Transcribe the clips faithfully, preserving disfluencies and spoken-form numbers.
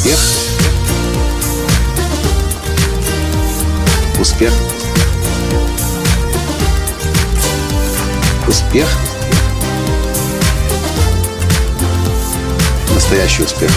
Успех. Успех. Успех. Настоящий успех.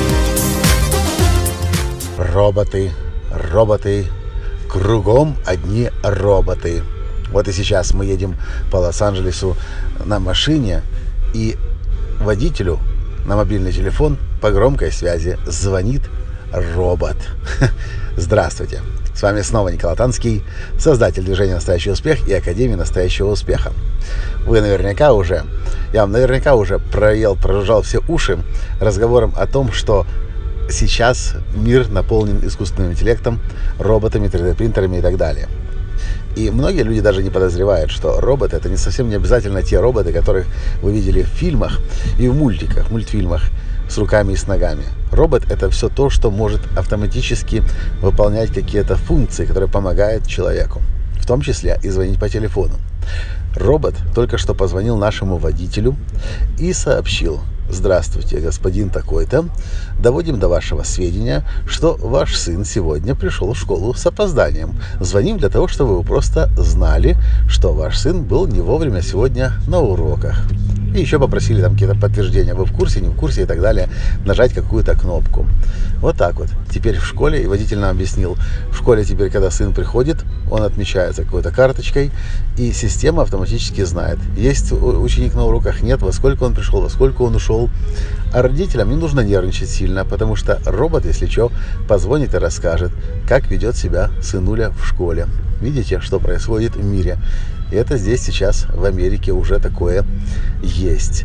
Роботы, роботы, кругом одни роботы. Вот и сейчас мы едем по Лос-Анджелесу на машине, и водителю на мобильный телефон по громкой связи звонит робот. Здравствуйте! С вами снова Николай Танский, создатель движения «Настоящий успех» и Академии настоящего успеха. Вы наверняка уже, я вам наверняка уже проел, прожужжал все уши разговором о том, что сейчас мир наполнен искусственным интеллектом, роботами, три дэ-принтерами и так далее. И многие люди даже не подозревают, что роботы — это не совсем не обязательно те роботы, которых вы видели в фильмах и в мультиках, мультфильмах с руками и с ногами. Робот — это все то, что может автоматически выполнять какие-то функции, которые помогают человеку, в том числе и звонить по телефону. Робот только что позвонил нашему водителю и сообщил: «Здравствуйте, господин такой-то. Доводим до вашего сведения, что ваш сын сегодня пришел в школу с опозданием. Звоним для того, чтобы вы просто знали, что ваш сын был не вовремя сегодня на уроках». И еще попросили там какие-то подтверждения: вы в курсе, не в курсе и так далее, нажать какую-то кнопку. Вот так вот. Теперь в школе, и водитель нам объяснил, в школе теперь, когда сын приходит, он отмечается какой-то карточкой, и система автоматически знает, есть ученик на уроках, нет, во сколько он пришел, во сколько он ушел. А родителям не нужно нервничать сильно, потому что робот, если что, позвонит и расскажет, как ведет себя сынуля в школе. Видите, что происходит в мире? И это здесь сейчас, в Америке, уже такое есть.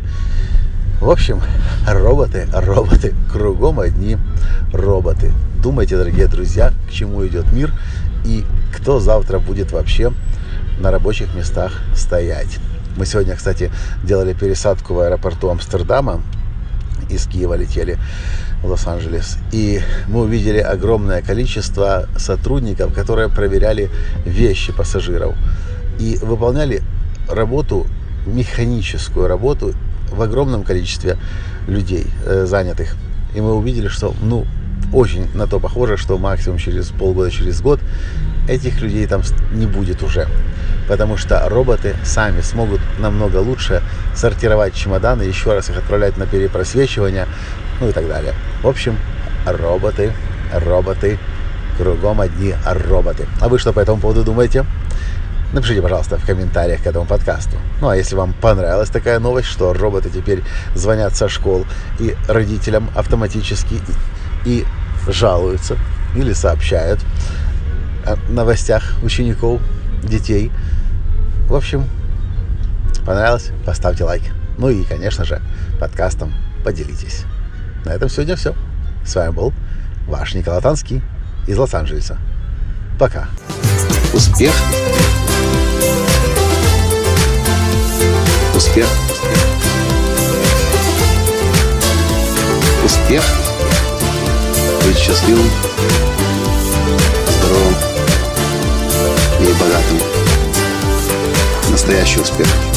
В общем, роботы, роботы, кругом одни роботы. Думайте, дорогие друзья, к чему идет мир и кто завтра будет вообще на рабочих местах стоять. Мы сегодня, кстати, делали пересадку в аэропорту Амстердама. Из Киева летели в Лос-Анджелес. И мы увидели огромное количество сотрудников, которые проверяли вещи пассажиров. И выполняли работу, механическую работу в огромном количестве людей, э, занятых. И мы увидели, что, ну, очень на то похоже, что максимум через полгода, через год этих людей там не будет уже. Потому что роботы сами смогут намного лучше сортировать чемоданы, еще раз их отправлять на перепросвечивание, ну и так далее. В общем, роботы, роботы, кругом одни роботы. А вы что по этому поводу думаете? Напишите, пожалуйста, в комментариях к этому подкасту. Ну, а если вам понравилась такая новость, что роботы теперь звонят со школ и родителям автоматически и, и жалуются или сообщают о новостях учеников, детей. В общем, понравилось? Поставьте лайк. Ну и, конечно же, подкастом поделитесь. На этом сегодня все. С вами был ваш Николай Танский из Лос-Анджелеса. Пока. Успех. Успех. Успех. Быть счастливым, здоровым и богатым. Настоящий успех.